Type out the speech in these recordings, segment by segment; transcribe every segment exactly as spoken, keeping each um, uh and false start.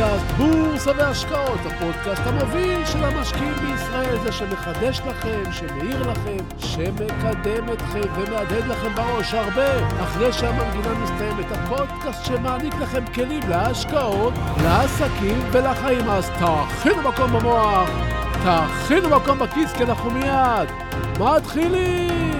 פודקאסט בורסה והשקעות, הפודקאסט המוביל של המשקיעים בישראל, זה שמחדש לכם, שמאיר לכם, שמקדם אתכם ומהדהד לכם בראש הרבה אחרי שהמנגינה מסתיימת. הפודקאסט שמעניק לכם כלים להשקעות, לעסקים ולחיים. אז תאכינו מקום במוח, תאכינו מקום בכיס, כי אנחנו מיד מתחילים.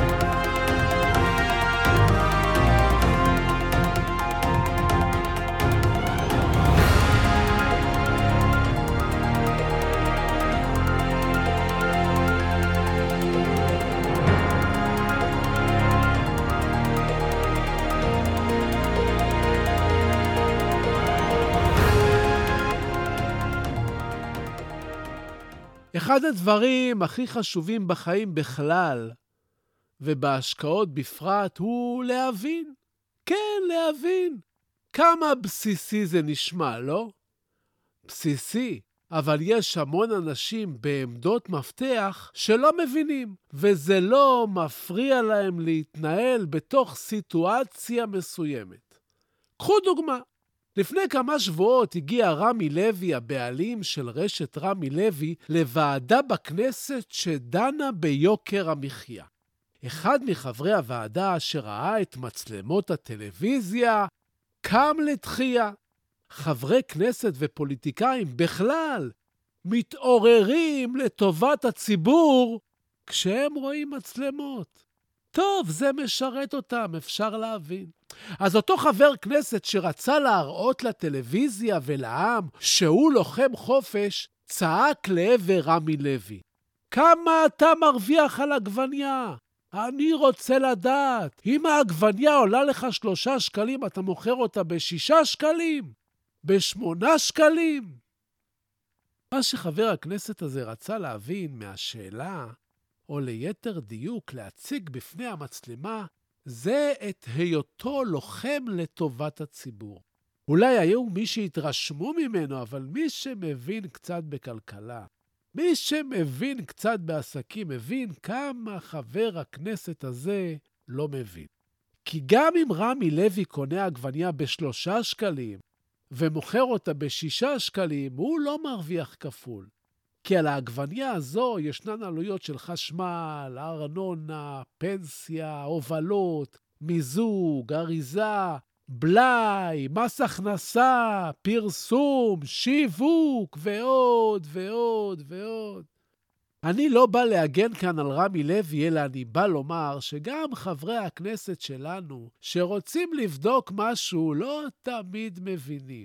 אחד הדברים הכי חשובים בחיים בכלל, ובהשקעות בפרט, הוא להבין. כן, להבין. כמה בסיסי זה נשמע, לא? בסיסי. אבל יש המון אנשים בעמדות מפתח שלא מבינים, וזה לא מפריע להם להתנהל בתוך סיטואציה מסוימת. קחו דוגמה. לפני כמה שבועות הגיע רמי לוי, הבעלים של רשת רמי לוי, לוועדה בכנסת שדנה ביוקר המחיה. אחד מחברי הוועדה שראה את מצלמות הטלוויזיה קם לתחייה. חברי כנסת ופוליטיקאים בכלל מתעוררים לטובת הציבור כשהם רואים מצלמות. טוב, זה משרת אותם, אפשר להבין. אז אותו חבר כנסת שרצה להראות לטלוויזיה ולעם שהוא לוחם חופש, צעק לעבר רמי לוי. כמה אתה מרוויח על עגבניה? אני רוצה לדעת. אם העגבניה עולה לך שלושה שקלים, אתה מוכר אותה בשישה שקלים? בשמונה שקלים? מה שחבר הכנסת הזה רצה להבין מהשאלה, או ליתר דיוק להציג בפני המצלמה, זה את היותו לוחם לטובת הציבור. אולי היו מי שהתרשמו ממנו, אבל מי שמבין קצת בכלכלה, מי שמבין קצת בעסקים, מבין כמה חבר הכנסת הזה לא מבין. כי גם אם רמי לוי קונה עגבניה בשלושה שקלים, ומוכר אותה בשישה שקלים, הוא לא מרוויח כפול. כי על העגבניה הזו ישנן עלויות של חשמל, ארנונה, פנסיה, הובלות, מיזוג, אריזה, בלאי, מס הכנסה, פרסום, שיווק ועוד ועוד ועוד. אני לא בא להגן כאן על רמי לוי, אלא אני בא לומר שגם חברי הכנסת שלנו שרוצים לבדוק משהו לא תמיד מבינים.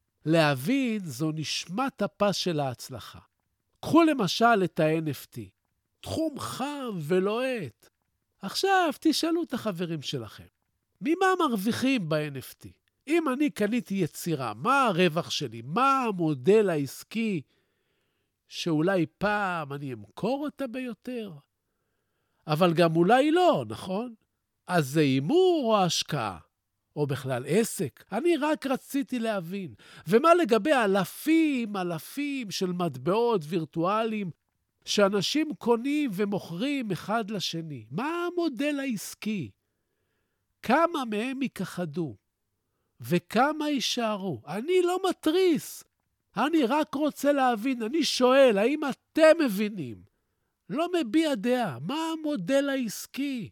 להבין זו נשמת הפה של ההצלחה. קחו למשל את ה-אן אף טי, תחום חם ולוהט. עכשיו תשאלו את החברים שלכם, ממה מרוויחים ב-אן אף טי? אם אני קניתי יצירה, מה הרווח שלי? מה המודל העסקי שאולי פעם אני אמכור אותה ביותר? אבל גם אולי לא, נכון? אז זה אימור או השקעה? או בכלל עסק? אני רק רציתי להבין. ומה לגבי אלפים, אלפים של מטבעות וירטואליים שאנשים קונים ומוכרים אחד לשני? מה המודל העסקי? כמה מהם יכחדו? וכמה יישארו? אני לא מטריס. אני רק רוצה להבין. אני שואל, האם אתם מבינים? לא מביע דעה. מה המודל העסקי?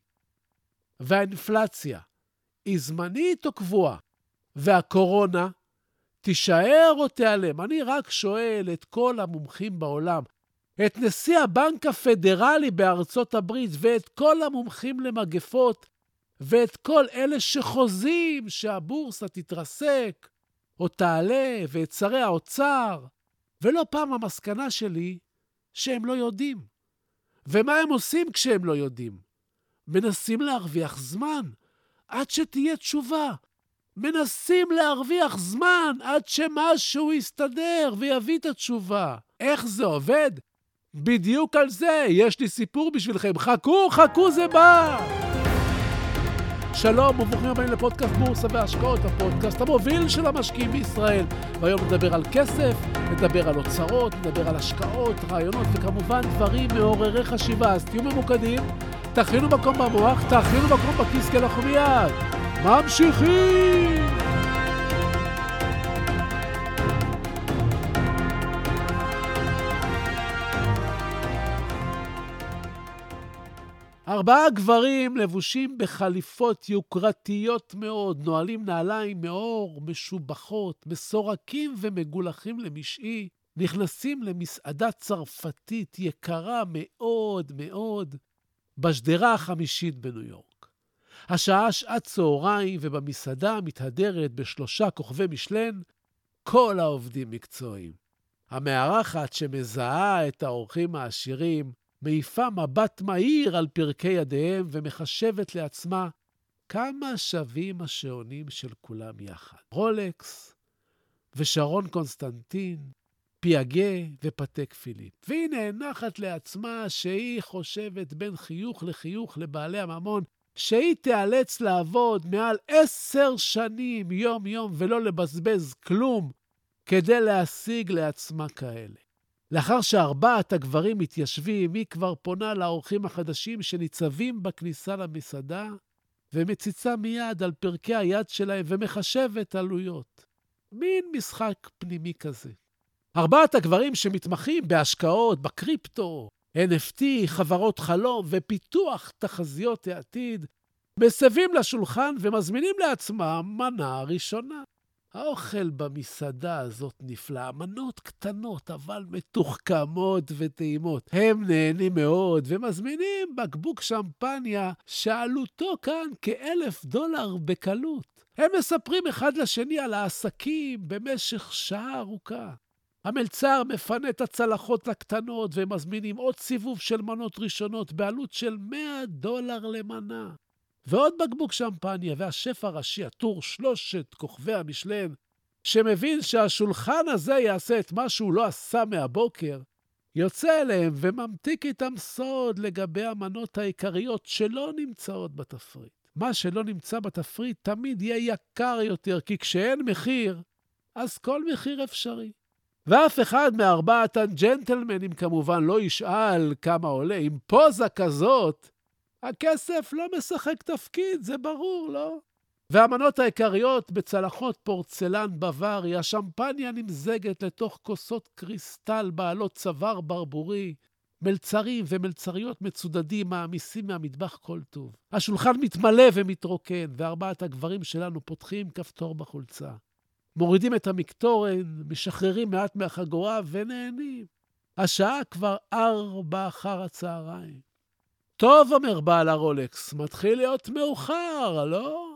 והאינפלציה היא זמנית או קבועה? והקורונה תישאר או תיעלם? אני רק שואל את כל המומחים בעולם, את נשיא הבנק הפדרלי בארצות הברית, ואת כל המומחים למגפות, ואת כל אלה שחוזים שהבורסה תתרסק או תעלה, ואת שרי האוצר. ולא פעם המסקנה שלי שהם לא יודעים. ומה הם עושים כשהם לא יודעים? מנסים להרוויח זמן עד שתהיה תשובה. מנסים להרוויח זמן עד שמשהו יסתדר ויביא את התשובה. איך זה עובד? בדיוק על זה יש לי סיפור בשבילכם. חכו, חכו, זה בא! שלום וברוכים הבאים לפודקאסט בורסה והשקעות, הפודקאסט המוביל של המשקיעים בישראל. והיום נדבר על כסף, נדבר על הוצאות, נדבר על השקעות, רעיונות וכמובן דברים מעוררי חשיבה. אז תהיו ממוקדים, תכינו מקום במוח, תכינו מקום בכיס, כי אנחנו מיד ממשיכים. ארבעה גברים לבושים בחליפות יוקרתיות מאוד, נועלים נעליים מאור, משובחות, מסורקים ומגולחים למשעי, נכנסים למסעדה צרפתית יקרה מאוד מאוד, בשדרה החמישית בניו יורק. השעה שעת צהריים ובמסעדה מתהדרת בשלושה כוכבי משלן, כל העובדים מקצועיים. המארחת שמזהה את האורחים העשירים, מעיפה מבט מהיר על פרקי ידיהם ומחשבת לעצמה כמה שווים השעונים של כולם יחד. רולקס ושרון קונסטנטין, פיאגה ופטק פיליפ. והיא נאנחת לעצמה שהיא חושבת בין חיוך לחיוך לבעלי הממון, שהיא תיאלץ לעבוד מעל עשר שנים יום יום ולא לבזבז כלום כדי להשיג לעצמה כאלה. לאחר שארבעת הגברים מתיישבים, היא כבר פונה לאורחים החדשים שניצבים בכניסה למסעדה, ומציצה מיד על פרקי היד שלהם ומחשבת עלויות. מין משחק פנימי כזה. ארבעת הגברים שמתמחים בהשקעות, בקריפטו, אן אף טי, חברות חלום ופיתוח תחזיות העתיד, מסבים לשולחן ומזמינים לעצמם מנה ראשונה. האוכל במסעדה הזאת נפלא, מנות קטנות אבל מתוחכמות וטעימות. הם נהנים מאוד ומזמינים בקבוק שמפניה שעלותו כאן כאלף דולר בקלות. הם מספרים אחד לשני על העסקים במשך שעה ארוכה. המלצר מפנה את הצלחות הקטנות והם מזמינים עוד סיבוב של מנות ראשונות בעלות של מאה דולר למנה. ועוד בקבוק שמפניה, והשף הראשי, הטור שלושת כוכבי המשלן, שמבין שהשולחן הזה יעשה את מה שהוא לא עשה מהבוקר, יוצא אליהם וממתיק איתם סוד לגבי המנות העיקריות שלא נמצאות בתפריט. מה שלא נמצא בתפריט תמיד יהיה יקר יותר, כי כשאין מחיר, אז כל מחיר אפשרי. ואף אחד מארבעת הג'נטלמנים כמובן לא ישאל כמה עולה. עם פוזה כזאת, הכסף לא משחק תפקיד, זה ברור, לא? והמנות העיקריות בצלחות פורצלן בווארי, השמפניה נמזגת לתוך כוסות קריסטל בעלות צוואר ברבורי, מלצרים ומלצריות מצודדים מעמיסים מהמטבח כל טוב. השולחן מתמלא ומתרוקן, וארבעת הגברים שלנו פותחים כפתור בחולצה. מורידים את המקטורן, משחררים מעט מהחגורה ונהנים. השעה כבר ארבע אחר הצהריים. טוב, אומר בעל הרולקס, מתחיל להיות מאוחר, לא?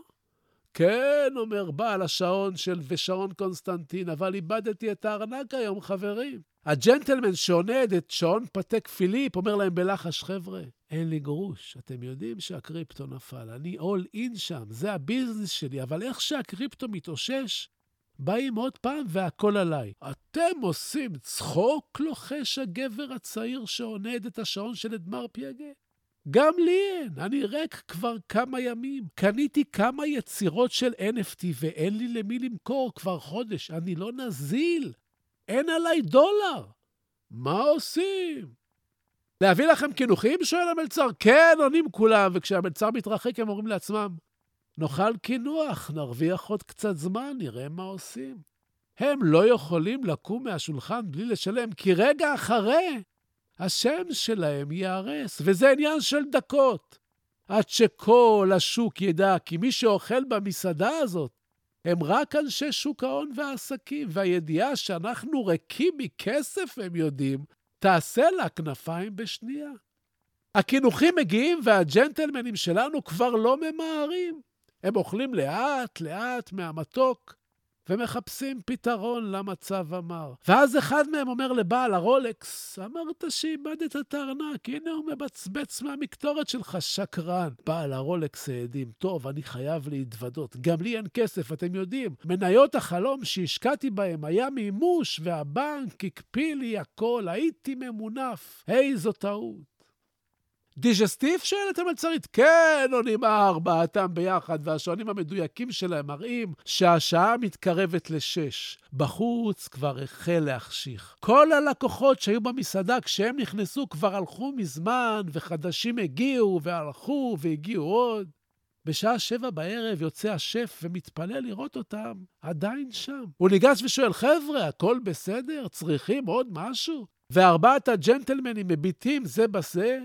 כן, אומר בעל השעון של ושעון קונסטנטין, אבל איבדתי את הארנק היום, חברים. הג'נטלמן שעונד את שעון פטק פיליפ אומר להם בלחש, חבר'ה, אין לי גרוש, אתם יודעים שהקריפטו נפל, אני all in שם, זה הביזנס שלי, אבל איך שהקריפטו מתאושש, באים עוד פעם והכל עליי. אתם עושים צחוק, לוחש הגבר הצעיר שעונד את השעון של אדמר פיאגה? גם לי אין, אני ריק כבר כמה ימים. קניתי כמה יצירות של אן אף טי ואין לי למי למכור כבר חודש. אני לא נזיל. אין עליי דולר. מה עושים? להביא לכם כינוכים? שואל המלצר. כן, עונים כולם. וכשהמלצר מתרחק הם אומרים לעצמם, נאכל כינוח, נרוויח עוד קצת זמן, נראה מה עושים. הם לא יכולים לקום מהשולחן בלי לשלם, כי רגע אחרי השם שלהם ייהרס, וזה עניין של דקות. עד שכל השוק ידע, כי מי שאוכל במסעדה הזאת, הם רק אנשי שוק ההון והעסקים, והידיעה שאנחנו ריקים מכסף, הם יודעים, תעשה לה כנפיים בשנייה. הכינוכים מגיעים והג'נטלמנים שלנו כבר לא ממהרים. הם אוכלים לאט לאט מהמתוק, ומחפשים פתרון למצב המר. ואז אחד מהם אומר לבעל הרולקס, אמרת שאיבדת את הארנק, הנה הוא מבצבץ מהמקטורת שלך, שקרן. בעל הרולקס העדים, טוב, אני חייב להתוודות, גם לי אין כסף, אתם יודעים, מניות החלום שהשקעתי בהם היה מימוש, והבנק הקפיא לי הכל, הייתי ממונף, איזו טעות. דיג'סטיף שואלת המלצרית, כן, עונים ארבעתם ביחד, והשעונים המדויקים שלהם מראים שהשעה מתקרבת לשש. בחוץ כבר החל להחשיך. כל הלקוחות שהיו במסעדה כשהם נכנסו כבר הלכו מזמן, וחדשים הגיעו והלכו והגיעו עוד. בשעה שבע בערב יוצא השף ומתפלא לראות אותם עדיין שם. הוא ניגש ושואל, חבר'ה, הכל בסדר? צריכים עוד משהו? וארבעת הג'נטלמנים מביטים זה בזה,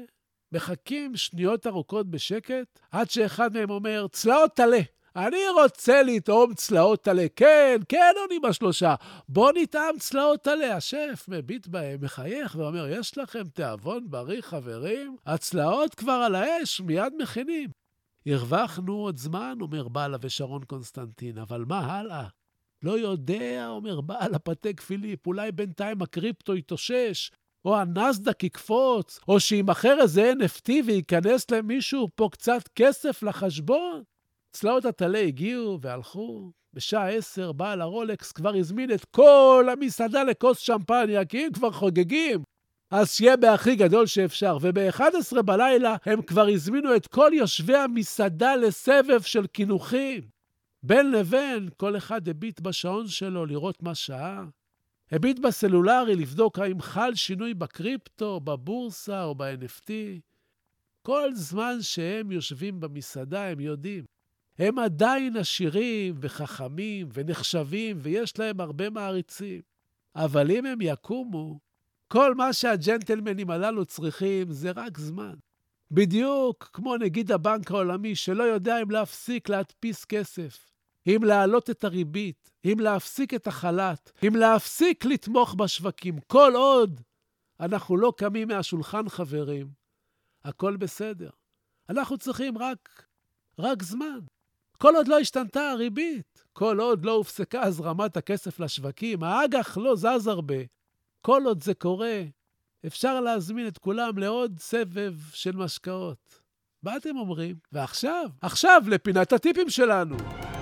מחכים שניות ארוכות בשקט, עד שאחד מהם אומר, צלעות תלה. אני רוצה לטעום צלעות תלה. כן, כן, עונים השלושה. בוא נטעם צלעות תלה. השף מביט בהם, מחייך ואומר, יש לכם תיאבון בריא, חברים? הצלעות כבר על האש, מיד מכינים. הרווחנו עוד זמן, אומר בעלה ושרון קונסטנטין, אבל מה הלאה? לא יודע, אומר בעל הפתק פיליפ, אולי בינתיים הקריפטו יתאושש, או הנסדק יקפוץ, או שימחר איזה אן אף טי וייכנס למישהו פה קצת כסף לחשבון. צלעות התלה הגיעו והלכו. בשעה עשר בעל הרולקס כבר הזמין את כל המסעדה לכוס שמפניה, כי הם כבר חוגגים. אז שיהיה בהכי גדול שאפשר. וב-אחת עשרה בלילה הם כבר הזמינו את כל יושבי המסעדה לסבב של כינוחים. בין לבין, כל אחד הביט בשעון שלו לראות מה שעה. הביט בסלולרי לבדוק האם חל שינוי בקריפטו, בבורסה או ב-אן אף טי. כל זמן שהם יושבים במסעדה הם יודעים. הם עדיין עשירים וחכמים ונחשבים ויש להם הרבה מעריצים. אבל אם הם יקומו, כל מה שהג'נטלמנים הללו צריכים זה רק זמן. בדיוק כמו נגיד הבנק העולמי שלא יודע אם להפסיק להדפיס כסף, אם להעלות את הריבית, אם להפסיק את החל"ת, אם להפסיק לתמוך בשווקים. כל עוד אנחנו לא קמים מהשולחן, חברים, הכל בסדר. אנחנו צריכים רק, רק זמן. כל עוד לא השתנתה הריבית, כל עוד לא הופסקה הזרמת הכסף לשווקים, האג"ח לא זז הרבה. כל עוד זה קורה, אפשר להזמין את כולם לעוד סבב של משקאות. מה אתם אומרים? ועכשיו, עכשיו לפינת הטיפים שלנו.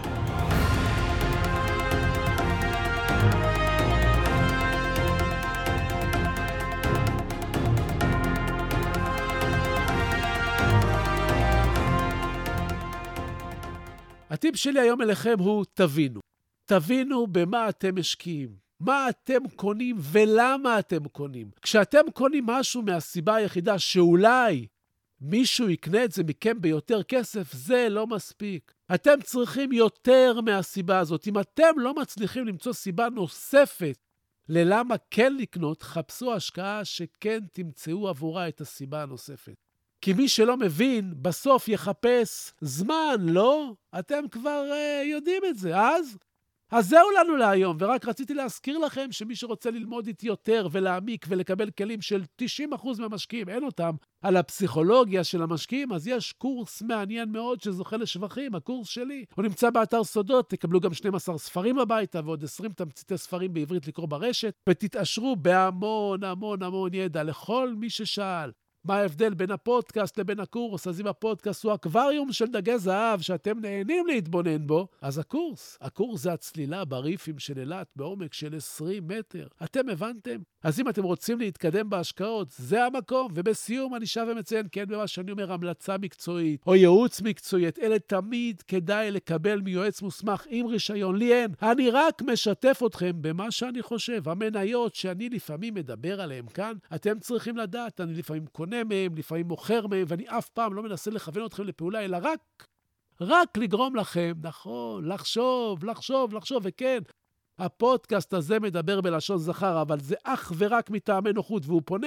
הטיפ שלי היום אליכם הוא תבינו. תבינו במה אתם משקיעים. מה אתם קונים ולמה אתם קונים. כשאתם קונים משהו מהסיבה היחידה שאולי מישהו יקנה את זה מכם ביותר כסף, זה לא מספיק. אתם צריכים יותר מהסיבה הזאת. אם אתם לא מצליחים למצוא סיבה נוספת ללמה כן לקנות, חפשו השקעה שכן תמצאו עבורה את הסיבה הנוספת. כי מי שלא מבין, בסוף יחפש זמן, לא? אתם כבר uh, יודעים את זה, אז? אז זהו לנו להיום, ורק רציתי להזכיר לכם שמי שרוצה ללמוד איתי יותר ולהעמיק ולקבל כלים של תשעים אחוז מהמשקיעים, אין אותם, על הפסיכולוגיה של המשקיעים, אז יש קורס מעניין מאוד שזוכה לשבחים, הקורס שלי. הוא נמצא באתר סודות, תקבלו גם שנים עשר ספרים הביתה ועוד עשרים תמציתי ספרים בעברית לקרוא ברשת, ותתעשרו בהמון המון המון ידע לכל מי ששאל. מה ההבדל בין הפודקאסט לבין הקורס? אז אם הפודקאסט הוא אקווריום של דגי זהב שאתם נהנים להתבונן בו, אז הקורס, הקורס זה הצלילה בריפים של אילת בעומק של עשרים מטר. אתם הבנתם? אז אם אתם רוצים להתקדם בהשקעות, זה המקום. ובסיום אני שב ומציין, כן, במה שאני אומר, המלצה מקצועית או ייעוץ מקצועי, את אלה תמיד כדאי לקבל מיועץ מוסמך עם רישיון. לי אין. אני רק משתף אתכם במה שאני חושב. המניות שאני לפעמים מדבר עליהן כאן, אתם צריכים לדעת, אני לפעמים קונה מהם, לפעמים מוכר מהם, ואני אף פעם לא מנסה לכוון אתכם לפעולה, אלא רק, רק לגרום לכם, נכון, לחשוב, לחשוב, לחשוב, וכן, הפודקאסט הזה מדבר בלשון זכר, אבל זה אך ורק מטעמי נוחות, והוא פונה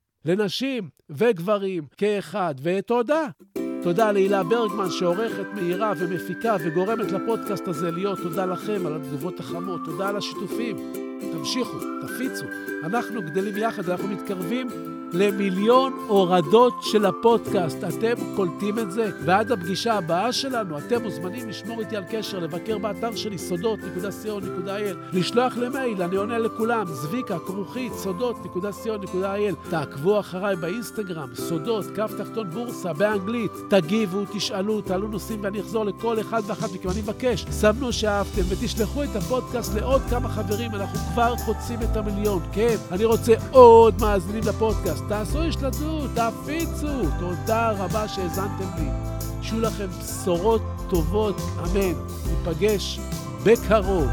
לנשים וגברים כאחד, ותודה. תודה להילה ברגמן שעורכת, מהירה ומפיקה וגורמת לפודקאסט הזה להיות. תודה לכם על התגובות החמות, תודה על השיתופים. תמשיכו, תפיצו. אנחנו גדלים יחד, אנחנו מתקרבים למיליון הורדות של הפודקאסט. אתם קולטים את זה? ועד הפגישה הבאה שלנו, אתם מוזמנים לשמור איתי על קשר, לבקר באתר שלי סודות נקודה סי או נקודה איי אל, לשלוח למייל, אני עונה לכולם, זביקה, כרוכית, סודות נקודה סי או נקודה איי אל. תעקבו אחריי באינסטגרם, סודות, קו תחתון בורסה, באנגלית. תגיבו, תשאלו, תעלו נושאים ואני אחזור לכל אחד ואחת מכם. אני מבקש, סמנו שאהבתם ותשלחו את הפודקאסט לעוד כמה חברים. אנחנו כבר חוצים את המיליון. כן, אני רוצה עוד מאזינים לפודקאסט. תעשו השתדלות, תפיצו. תודה רבה שהזנתם לי. שיהיו לכם בשורות טובות, אמן. ניפגש בקרוב.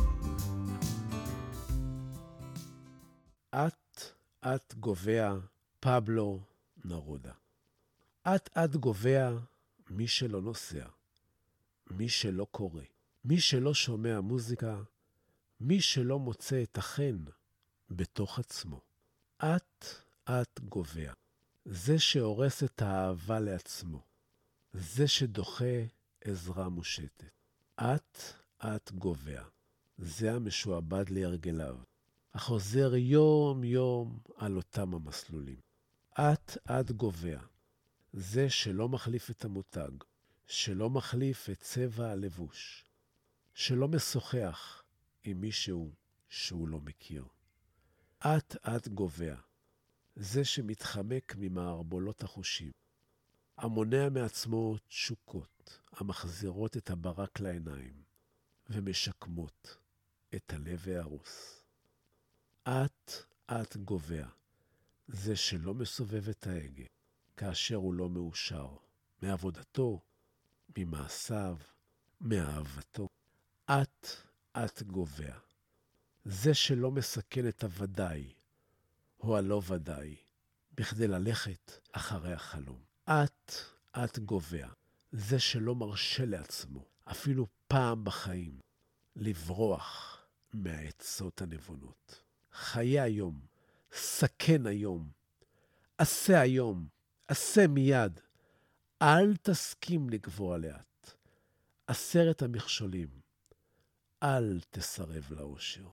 את, את גובע פבלו נרודה. את את גובע מי שלא נוסע, מי שלא קורא, מי שלא שומע מוזיקה, מי שלא מוצא את החן בתוך עצמו. את את גובע. זה שהורס את האהבה לעצמו. זה שדוחה עזרה מושטת. את את גובע. זה המשועבד להרגליו. החוזר יום יום על אותם המסלולים. את את גובע. זה שלא מחליף את המותג. שלא מחליף את צבע הלבוש. שלא משוחח עם מישהו שהוא לא מכיר. את את גובע. זה שמתחמק ממערבולות החושים. המונע מעצמו תשוקות, המחזירות את הברק לעיניים, ומשקמות את הלב ההרוס. את את גובע. זה שלא מסובב את ההגה, כאשר הוא לא מאושר, מעבודתו, ממעשיו, מאהבתו. את את גובע. זה שלא מסכן את הוודאי, או הלא ודאי, בכדי ללכת אחרי החלום. את את גובע. זה שלא מרשה לעצמו, אפילו פעם בחיים, לברוח מהעצות הנבונות. חיה היום, סכן היום, עשה היום, עשה מיד. אל תסכים לגבוה לאט. עשרת המכשולים, אל תסרב לאושר.